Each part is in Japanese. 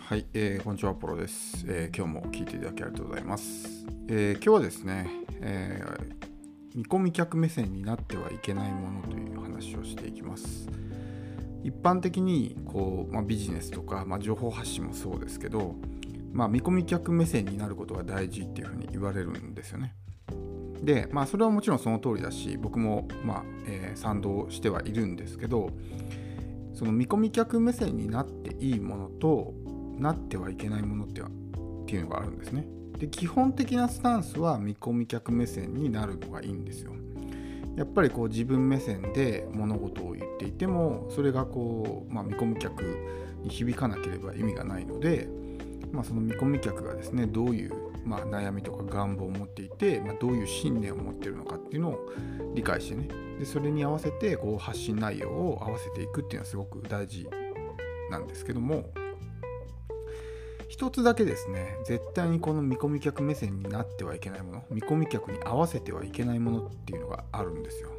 はい、こんにちは、ポロです。今日も聞いていただきありがとうございます。今日はですね、見込み客目線になってはいけないものという話をしていきます。一般的にビジネスとか、情報発信もそうですけど、見込み客目線になることが大事っていうふうに言われるんですよね。で、それはもちろんその通りだし、僕も、賛同してはいるんですけど、その見込み客目線になっていいものとなってはいけないものっていうのがあるんですね。で、基本的なスタンスは見込み客目線になるのがいいんですよ。やっぱり自分目線で物事を言っていても、それが見込み客に響かなければ意味がないので、その見込み客がですね、どういう悩みとか願望を持っていて、どういう信念を持っているのかっていうのを理解してね、でそれに合わせて発信内容を合わせていくっていうのはすごく大事なんですけども、一つだけですね、絶対にこの見込み客目線になってはいけないもの、見込み客に合わせてはいけないものっていうのがあるんですよ。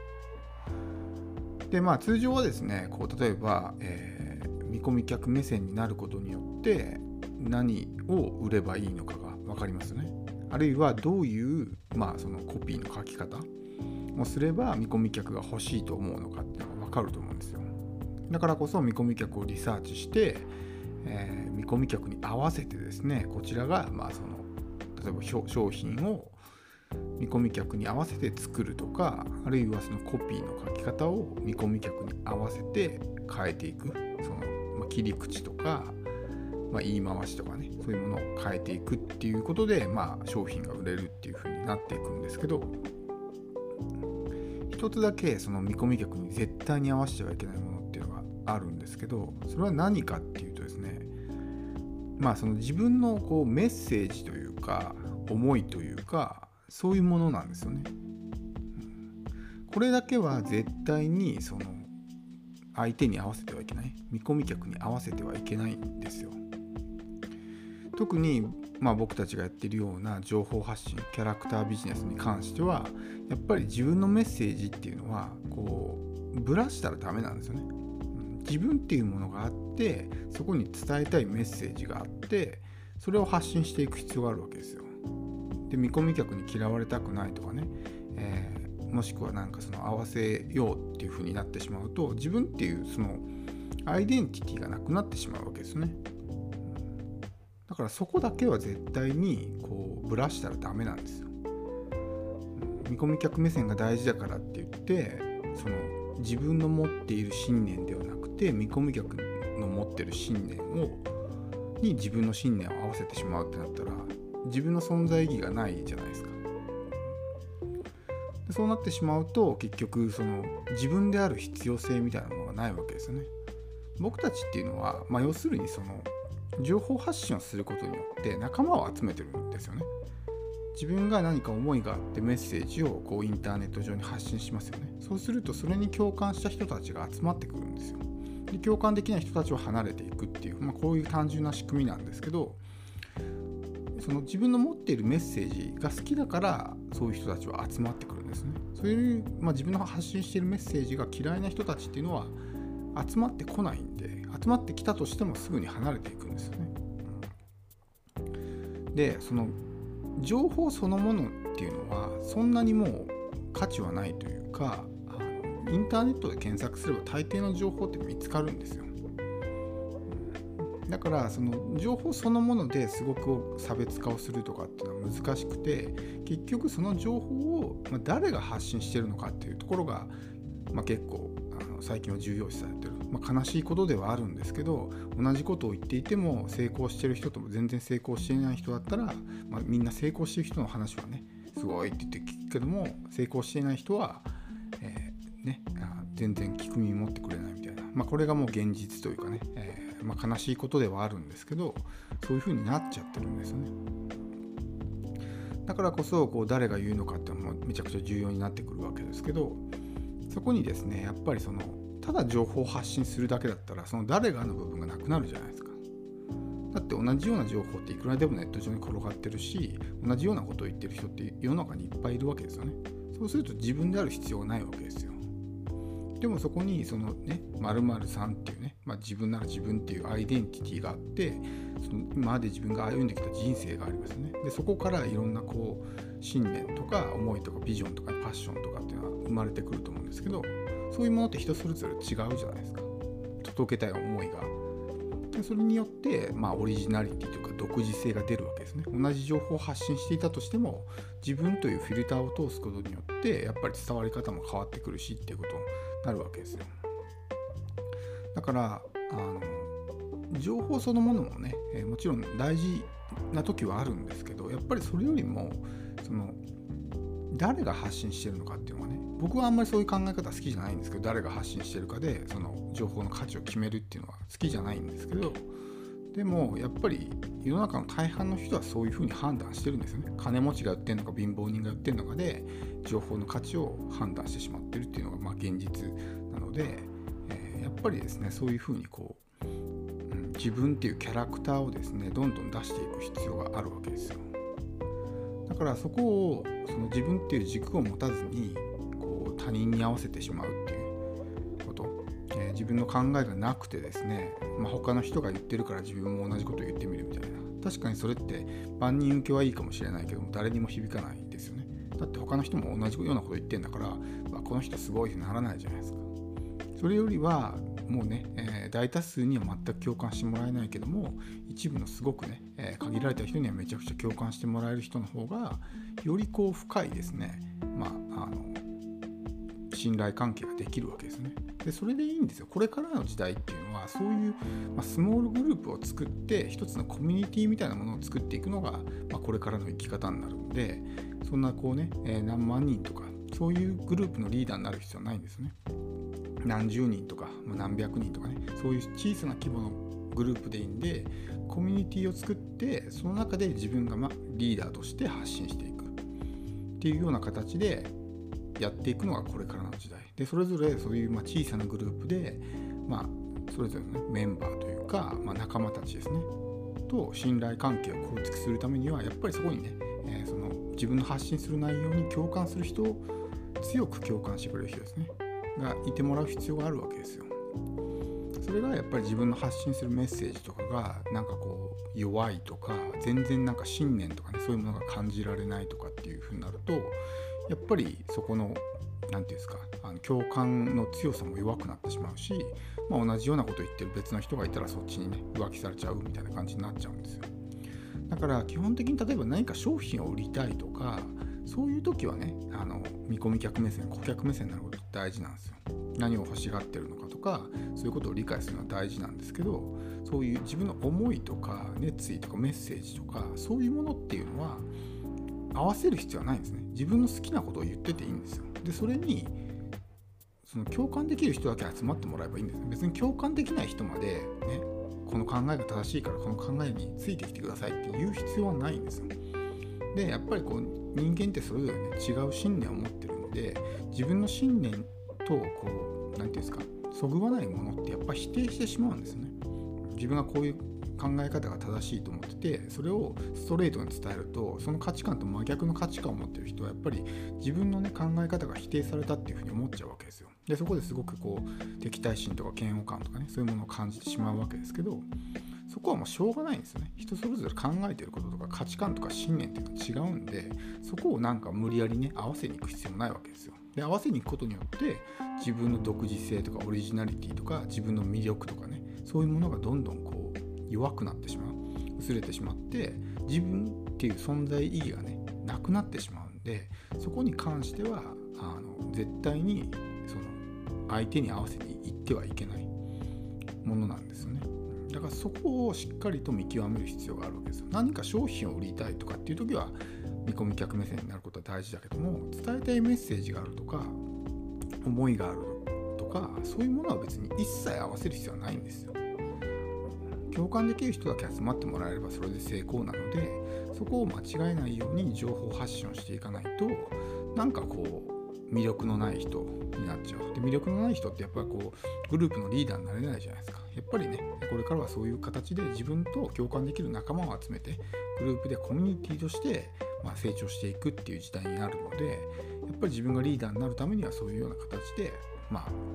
で、通常はですね、例えば、見込み客目線になることによって何を売ればいいのかが分かりますよね。あるいはどういう、そのコピーの書き方をすれば見込み客が欲しいと思うのかっていうのが分かると思うんですよ。だからこそ見込み客をリサーチして、見込み客に合わせてですね、こちらが例えば商品を見込み客に合わせて作るとか、あるいはそのコピーの書き方を見込み客に合わせて変えていく、その切り口とか、言い回しとかね、そういうものを変えていくっていうことで、商品が売れるっていう風になっていくんですけど、一つだけその見込み客に絶対に合わせてはいけないものっていうのがあるんですけど、それは何かっていうとですね、その自分のメッセージというか思いというか、そういうものなんですよね。これだけは絶対にその相手に合わせてはいけない、見込み客に合わせてはいけないんですよ。特に僕たちがやっているような情報発信、キャラクタービジネスに関しては、やっぱり自分のメッセージっていうのはぶらしたらダメなんですよね。自分っていうものがあって、そこに伝えたいメッセージがあって、それを発信していく必要があるわけですよ。で、見込み客に嫌われたくないとかね、もしくはその合わせようっていう風になってしまうと、自分っていうそのアイデンティティがなくなってしまうわけですね。だからそこだけは絶対にぶらしたらダメなんですよ。見込み客目線が大事だからって言って、その自分の持っている信念ではなくて、見込み客の持っている信念に自分の信念を合わせてしまうってなったら、自分の存在意義がないじゃないですか。でそうなってしまうと、結局その自分である必要性みたいなものがないわけですよね。僕たちっていうのは、要するにその情報発信をすることによって仲間を集めてるんですよね。自分が何か思いがあってメッセージをインターネット上に発信しますよね。そうするとそれに共感した人たちが集まってくるんですよ。で、共感できない人たちは離れていくっていう、こういう単純な仕組みなんですけど、その自分の持っているメッセージが好きだから、そういう人たちは集まってくるんですね。そういう、自分の発信しているメッセージが嫌いな人たちっていうのは集まってこないんで、集まってきたとしてもすぐに離れていくんですよね。で、その情報そのものっていうのはそんなにもう価値はないというか、インターネットで検索すれば大抵の情報って見つかるんですよ。だからその情報そのものですごく差別化をするとかっていうのは難しくて、結局その情報を誰が発信しているのかっていうところが、結構最近は重要視されてる、悲しいことではあるんですけど、同じことを言っていても成功してる人とも全然成功していない人だったら、みんな成功している人の話はねすごいって言って聞くけども、成功していない人は、全然聞く耳持ってくれないみたいな、これがもう現実というかね、悲しいことではあるんですけど、そういう風になっちゃってるんですよね。だからこそ誰が言うのかっていうのもめちゃくちゃ重要になってくるわけですけど、そこにですね、やっぱりそのただ情報を発信するだけだったら、その誰がの部分がなくなるじゃないですか。だって同じような情報っていくらでもネット上に転がってるし、同じようなことを言ってる人って世の中にいっぱいいるわけですよね。そうすると自分である必要がないわけですよ。 でもそこにそのね〇〇さんっていうね、自分なら自分っていうアイデンティティがあって、その今まで自分が歩んできた人生がありますよね。でそこからいろんなこう信念とか思いとかビジョンとかパッションとかっていうのは生まれてくると思うんですけど、そういうものって人それぞれ違うじゃないですか。届けたい思いが。でそれによって、オリジナリティというか独自性が出るわけですね。同じ情報を発信していたとしても、自分というフィルターを通すことによってやっぱり伝わり方も変わってくるしっていうことになるわけですよ。だから情報そのものもね、もちろん大事な時はあるんですけど、やっぱりそれよりもその誰が発信してるのかっていうのはね、僕はあんまりそういう考え方好きじゃないんですけど、誰が発信してるかでその情報の価値を決めるっていうのは好きじゃないんですけど、でもやっぱり世の中の大半の人はそういうふうに判断してるんですよね。金持ちが言ってるのか貧乏人が言ってるのかで情報の価値を判断してしまってるっていうのが現実なので、やっぱりですね、そういうふうにこう、自分っていうキャラクターをですねどんどん出していく必要があるわけですよ。だからそこをその自分っていう軸を持たずにこう他人に合わせてしまうっていうこと、自分の考えがなくてですね、他の人が言ってるから自分も同じことを言ってみるみたいな、確かにそれって万人受けはいいかもしれないけども誰にも響かないんですよね。だって他の人も同じようなこと言ってんだから、この人すごいってならないじゃないですか。それよりはもうね、大多数には全く共感してもらえないけども、一部のすごくね、限られた人にはめちゃくちゃ共感してもらえる人の方がよりこう深いですね、信頼関係ができるわけですね。でそれでいいんですよ。これからの時代っていうのはそういう、スモールグループを作って一つのコミュニティみたいなものを作っていくのが、これからの生き方になるので、そんなこうね、何万人とかそういうグループのリーダーになる必要はないんですね。何十人とか、何百人とかね、そういう小さな規模のグループでいいんで、コミュニティを作ってその中で自分がリーダーとして発信していくっていうような形でやっていくのがこれからの時代で、それぞれそういう小さなグループで、それぞれの、メンバーというか、仲間たちですねと信頼関係を構築するためには、やっぱりそこにね、その自分の発信する内容に共感する人を強く共感してくれる人ですねがいてもらう必要があるわけですよ。それがやっぱり自分の発信するメッセージとかがなんかこう弱いとか、全然なんか信念とかね、そういうものが感じられないとかっていう風になると、やっぱりそこのなんていうんですか、共感の強さも弱くなってしまうし、同じようなことを言ってる別の人がいたらそっちにね浮気されちゃうみたいな感じになっちゃうんですよ。だから基本的に例えば何か商品を売りたいとか、そういう時はね、見込み客目線、顧客目線になること大事なんですよ。何を欲しがってるのかとか、そういうことを理解するのは大事なんですけど、そういう自分の思いとか熱意とかメッセージとか、そういうものっていうのは合わせる必要はないんですね。自分の好きなことを言ってていいんですよ。でそれにその共感できる人だけ集まってもらえばいいんですよ。別に共感できない人までね、この考えが正しいからこの考えについてきてくださいって言う必要はないんですよ。でやっぱりこう人間ってそれぞれね違う信念を持ってるので、自分の信念とこうなんていうんですか、そぐわないものってやっぱり否定してしまうんですよね。自分がこういう考え方が正しいと思ってて、それをストレートに伝えると、その価値観と真逆の価値観を持ってる人はやっぱり自分のね考え方が否定されたっていうふうに思っちゃうわけですよ。でそこですごくこう敵対心とか嫌悪感とかね、そういうものを感じてしまうわけですけど、そこはもうしょうがないんですよね。人それぞれ考えてることとか価値観とか信念っていうのは違うんで、そこをなんか無理やりね合わせに行く必要もないわけですよ。で合わせに行くことによって自分の独自性とかオリジナリティとか自分の魅力とかね、そういうものがどんどんこう弱くなってしまう、薄れてしまって、自分っていう存在意義がねなくなってしまうんで、そこに関しては絶対にその相手に合わせに行ってはいけないものなんですよね。だからそこをしっかりと見極める必要があるわけですよ。何か商品を売りたいとかっていう時は見込み客目線になることは大事だけども、伝えたいメッセージがあるとか思いがあるとか、そういうものは別に一切合わせる必要はないんですよ。共感できる人だけ集まってもらえればそれで成功なので、そこを間違えないように情報発信をしていかないと、なんかこう魅力のない人になっちゃう。で魅力のない人ってやっぱりこうグループのリーダーになれないじゃないですか。やっぱりね、これからはそういう形で自分と共感できる仲間を集めてグループでコミュニティとして成長していくっていう時代になるので、やっぱり自分がリーダーになるためにはそういうような形で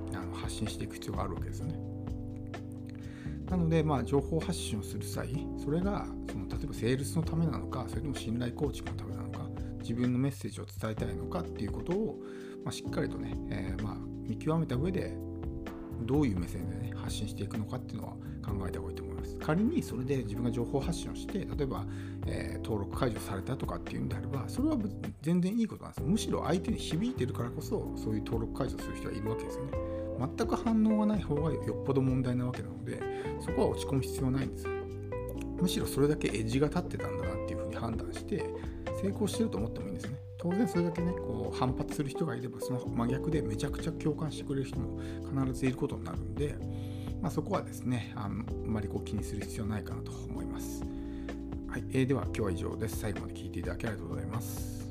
発信していく必要があるわけですよね。なので、情報発信をする際、それが例えばセールスのためなのか、それとも信頼構築のためなのか、自分のメッセージを伝えたいのかっていうことを、しっかりとね、見極めた上でどういう目線でね発信していくのかっていうのは考えた方がいいと思います。仮にそれで自分が情報発信をして、例えば、登録解除されたとかっていうんであれば、それは全然いいことなんですよ。むしろ相手に響いてるからこそ、そういう登録解除する人はいるわけですよね。全く反応がない方がよっぽど問題なわけなので、そこは落ち込む必要はないんですよ。むしろそれだけエッジが立ってたんだなっていうふうに判断して成功してると思ってもいいんですね。当然それだけね反発する人がいれば、その真逆でめちゃくちゃ共感してくれる人も必ずいることになるんで、そこはですねあんまり気にする必要はないかなと思います。はい、では今日は以上です。最後まで聞いていただきありがとうございます。